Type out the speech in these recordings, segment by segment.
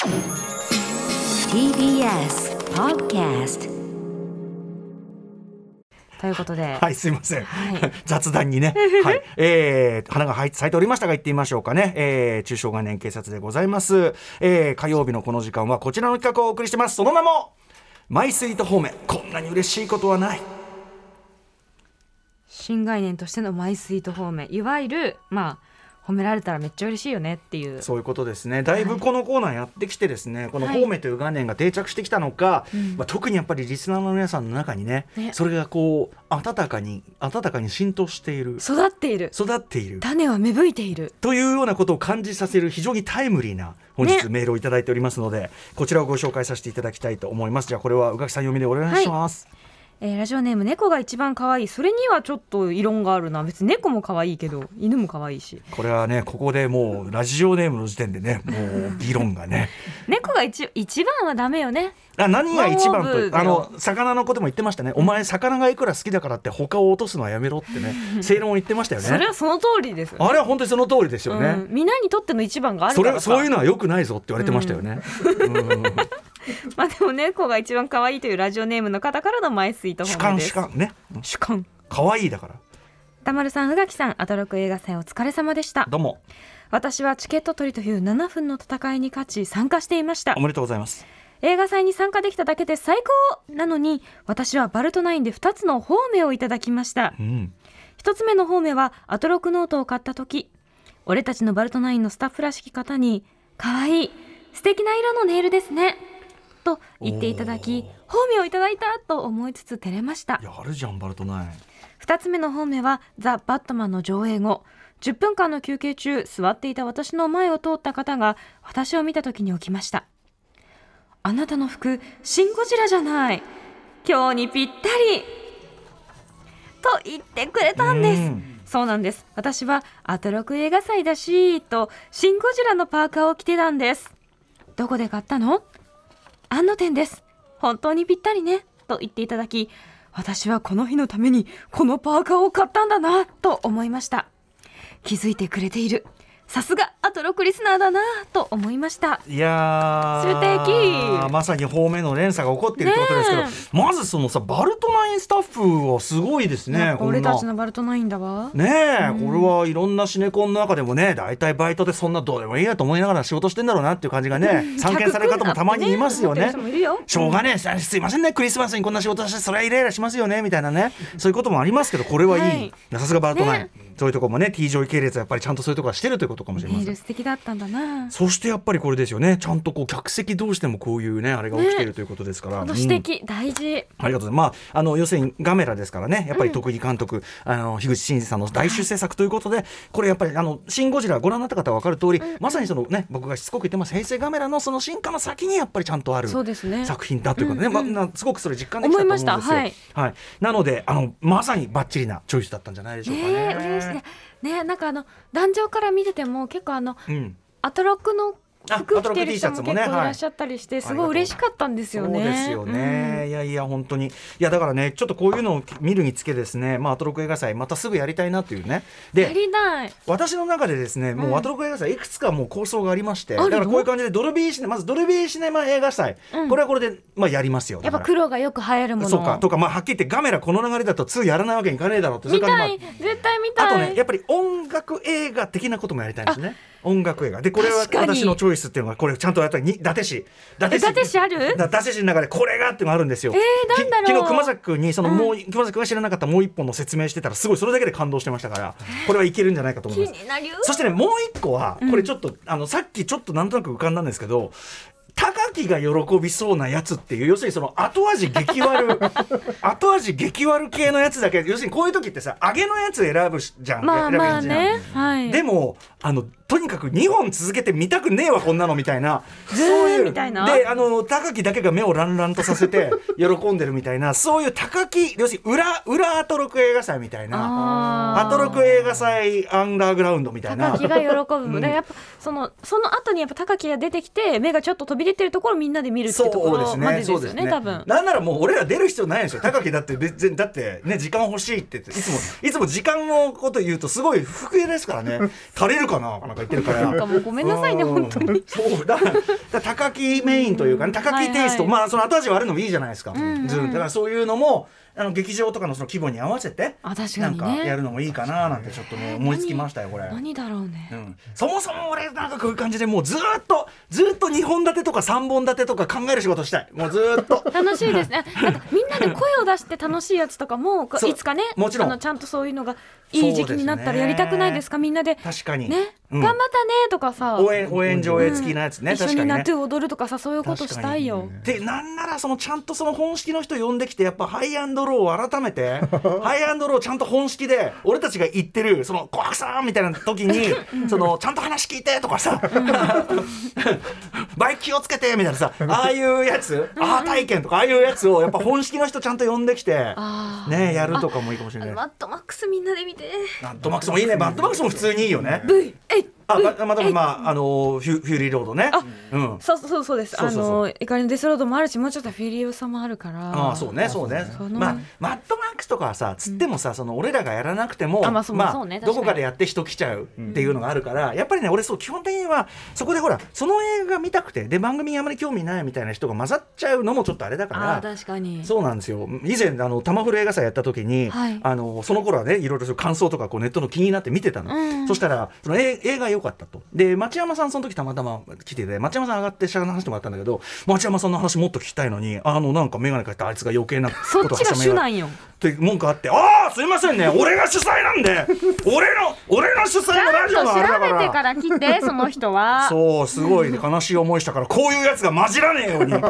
TBS Podcastということで、 はい、すいません、 はい、 雑談にね、はい、花が咲いておりましたが言ってみましょうかね、中小概念警察でございます、火曜日のこの時間はこちらの企画をお送りしてます。その名もマイスイートホーム、こんなに嬉しいことはない。 新概念としてのマイスイート方面、いわゆる褒められたらめっちゃ嬉しいよねっていう、 そういうことですね。だいぶこのコーナーやってきてですね、この方面という概念が定着してきたのか、特にやっぱりリスナーの皆さんの中に ね、それがこう温かに浸透している、 育っている種は芽吹いているというようなことを感じさせる非常にタイムリーな本日メールをいただいておりますので、こちらをご紹介させていただきたいと思います。じゃあこれは宇垣さん読みでお願いします。 ラジオネーム猫が一番可愛い。それにはちょっと異論があるな。別に猫も可愛いけど犬も可愛いし、 これはね、ここでもうラジオネームの時点でね、もう議論がね猫が一番はダメよね。 何が一番と、魚の子でも言ってましたね、お前魚がいくら好きだからって他を落とすのはやめろってね正論を言ってましたよね。 それはその通りですよね。 あれは本当にその通りですよね、 皆にとっての一番があるからさ、 そういうのは良くないぞって言われてましたよね、 でも猫が一番可愛いというラジオネームの方からのマイスイートホームです。 主観ね、 主観可愛いだから。 田丸さん、宇垣さん、アトロク映画祭お疲れ様でした。 どうも。 私はチケット取りという7分の戦いに勝ち参加していました。 おめでとうございます。 映画祭に参加できただけで最高なのに、私はバルトナインで2つのホーメをいただきました、1つ目のホーメはアトロクノートを買った時、俺たちのバルトナインのスタッフらしき方に、かわいい素敵な色のネイルですねと言っていただき、ホーメをいただいたと思いつつ照れました。 やるじゃんバルトナイン。 2つ目のホーメはザ・バットマンの上映後、10分間の休憩中、座っていた私の前を通った方が私を見た時に起きました。あなたの服シン・ゴジラじゃない、今日にぴったりと言ってくれたんです。そうなんです、私はアトロク映画祭だしとシン・ゴジラのパーカーを着てたんです。どこで買ったの？安野店です、本当にぴったりねと言っていただき、私はこの日のためにこのパーカーを買ったんだなと思いました。気づいてくれている、さすがアトロクリスナーだなと思いました。 いや素敵、 まさに方面の連鎖が起こっているってことですけど、まずそのさ、バルトナインスタッフはすごいですね。 俺たちのバルトナインだわねえ、これはいろんなシネコンの中でもね、だいたいバイトでそんなどうでもいいやと思いながら仕事してんだろうなっていう感じがね、散見される方もたまにいますよね。しょうがねえ、すいませんね、クリスマスにこんな仕事してそれはイライラしますよねみたいなね、そういうこともありますけど、これはいい、さすがバルトナイン、そういうところもね、 T ジョイ系列はやっぱりちゃんとそういうところはしてるということかもしれません。 メール素敵だったんだな。 そしてやっぱりこれですよね、ちゃんとこう客席同士でもこういうねあれが起きているということですから、 この指摘、大事。 ありがとうございます。要するにガメラですからね、やっぱり徳井監督、樋口真嗣さんの大出世作ということで、これやっぱりシン・ゴジラご覧になった方は分かる通り、まさにそのね、僕がしつこく言ってます平成ガメラのその進化の先にやっぱりちゃんとある作品だということで、すごくそれ実感できたと思うんですよ。 思いました。 なのでまさにバッチリなチョイスだったんじゃないでしょうかね。 なんか壇上から見てても結構アトロックの服着てる人も結構いらっしゃったりして、すごい嬉しかったんですよね。 そうですよね、いや本当に、いやだからね、ちょっとこういうのを見るにつけですね、アトロク映画祭またすぐやりたいなというね。で、 やりたい。 私の中でですね、もうアトロク映画祭いくつかもう構想がありまして、だからこういう感じでドルビーシネマ映画祭、これはこれでやりますよ。 やっぱ黒がよく映えるものそうかとか、はっきり言ってガメラこの流れだと2やらないわけにいかねえだろうって、 見たい、絶対見たい。 あとね、やっぱり音楽映画的なこともやりたいんですね。音楽映画で、これは私のチョイスっていうのが、これちゃんとやったら伊達市ある？伊達市の中でこれがっていうのがあるんですよ。 なんだろう。 昨日熊崎君に熊崎君が知らなかったもう一本の説明してたら、すごいそれだけで感動してましたから、これはいけるんじゃないかと思います。そしてね、もう一個はこれちょっと、さっきちょっとなんとなく浮かんだんですけど、高木が喜びそうなやつっていう、要するにその後味激悪系のやつだけ、要するにこういう時ってさ、揚げのやつ選ぶじゃん、でもとにかく2本続けて見たくねえわこんなのみたいな、そういうみたいなで高木だけが目をランランとさせて喜んでるみたいな、そういう高木、要するに裏アトロク映画祭みたいな、アトロク映画祭アンダーグラウンドみたいな、 高木が喜ぶ、やっぱその後にやっぱ高木が出てきて目がちょっと飛び出てるところをみんなで見るっていうところまでですよね、多分。 なんならもう俺ら出る必要ないんですよ。高木だって別にだってね、時間欲しいって言っていつも時間のこと言うとすごい不服ですからね。足りるかな、なんか言ってるからなんかもうごめんなさいね本当に。 そうだ高木メインというか、ね、高木テイスト、まあその後味悪いのもいいじゃないですか、ずだからそういうのも劇場とかのその規模に合わせて確かに、ね、 なんかやるのもいいかななんてちょっとね思いつきましたよこれ。 何だろうね、 そもそも俺なんかこういう感じでもうずっと2本立てとか3本立てとか考える仕事したい、もうずっと楽しいですね。なんかみんなで声を出して楽しいやつとかもいつかね、 もちろんちゃんとそういうのがいい時期になったらやりたくないですか、みんなで。 確かにね、頑張ったねとかさ、 応援上映付きのやつね、 一緒にナトゥ踊るとかさ、そういうことしたいよ。 でなんならそのちゃんとその本式の人呼んできて、やっぱハイアンドローを改めてハイアンドローちゃんと本式で俺たちが言ってるその小悪さんみたいな時にそのちゃんと話聞いてとかさバイク気をつけてみたいなさ、ああいうやつアー体験とかああいうやつをやっぱ本式の人ちゃんと呼んできてねやるとかもいいかもしれない。 マッドマックスみんなで見て。 マッドマックスもいいね。マッドマックスも普通にいいよね。まあフューリーロードね。 そうです。怒りのデスロードもあるし、もうちょっとフューリーさもあるから。 そうね。まあマッドマックスとかはさ、つってもさ、その俺らがやらなくても、まあどこかでやって人来ちゃうっていうのがあるから、やっぱりね、俺そう基本的にはそこでほらその映画見たくてで番組にあまり興味ないみたいな人が混ざっちゃうのもちょっとあれだから。 確かに。 そうなんですよ。以前タマフル映画祭やった時に、その頃はね、いろいろ感想とかこうネットの気になって見てたの。そしたらその映画良かったと。で町山さんその時たまたま来てて、町山さん上がってしゃがの話してもらったんだけど、町山さんの話もっと聞きたいのに、なんか眼鏡かけたあいつが余計なことをそっちが主なんよって文句あって、すいませんね、俺が主催なんで俺の主催のラジオのあれだから、 調べてから来てその人はそうすごい、ね、悲しい思いしたから、こういうやつが混じらねえようにでも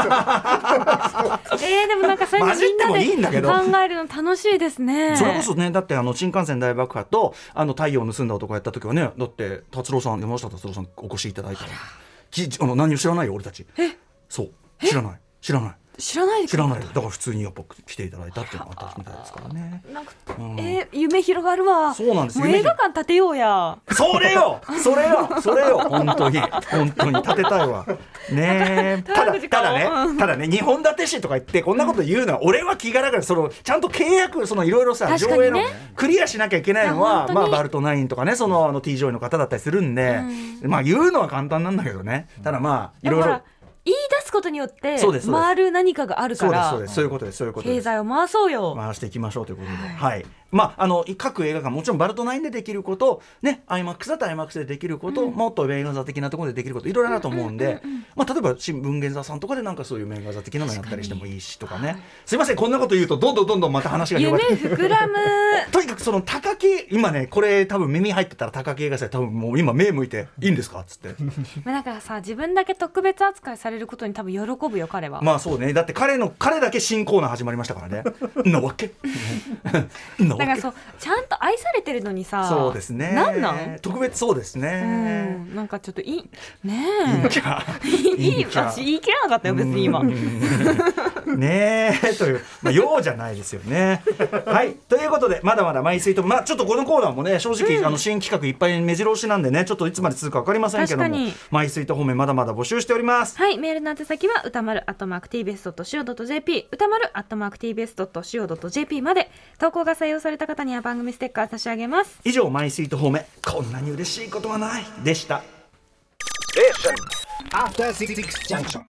なんかそういうのみんなで考えるの楽しいですね。 それこそね、だって新幹線大爆破と太陽を盗んだ男やった時はね、だって達郎さん、山下達郎さんお越しいただいた何を知らないよ俺たち。そう知らないですか。だから普通にやっぱ来ていただいたっていうのがあったみたいですからね。 なんか夢広がるわ。 そうなんですよ。 もう映画館建てようや。 それよ本当に建てたいわね。ただね2本立てしとか言ってこんなこと言うのは俺は気が楽だから、ちゃんと契約いろいろさ、上映のクリアしなきゃいけないのは、まあバルト9とかね、その T 上位の方だったりするんで、まあ言うのは簡単なんだけどね。ただまあいろいろ言い出すことによって回る何かがあるから、 そういうことです。 経済を回そうよ、 回していきましょうということで、はい。まあ各映画館もちろんバルト9でできることね、IMAX だったら IMAX でできること、もっと名画座的なところでできることいろいろあると思うんで、まあ例えば新文芸座さんとかでなんかそういう名画座的なのやったりしてもいいしとかね。すいません、こんなこと言うとどんどんまた話が広がって夢膨らむとにかくその高木、今ねこれ多分耳入ってたら高木映画祭多分もう今目向いていいんですかっつってなんかさ、自分だけ特別扱いされることに多分喜ぶよ彼は。 まあそうね、だって彼だけ新コーナー始まりましたからねなわけだからそう、ちゃんと愛されてるのにさ、 そうですね、なん特別、そうですね、 なんかちょっといい私言い切らなかったよ別に今ねえという、ようじゃないですよねはいということで、まだまだマイスイート、ちょっとこのコーナーもね正直、新企画いっぱい目白押しなんでね、ちょっといつまで続くか分かりませんけども、マイスイート方面まだまだ募集しております。 はい、メールの宛先は歌丸@tbs.co.jp、歌丸@tbs.co.jp まで。投稿が採用された方には番組ステッカー差し上げます。 以上、マイスイート方面、こんなに嬉しいことはないでした。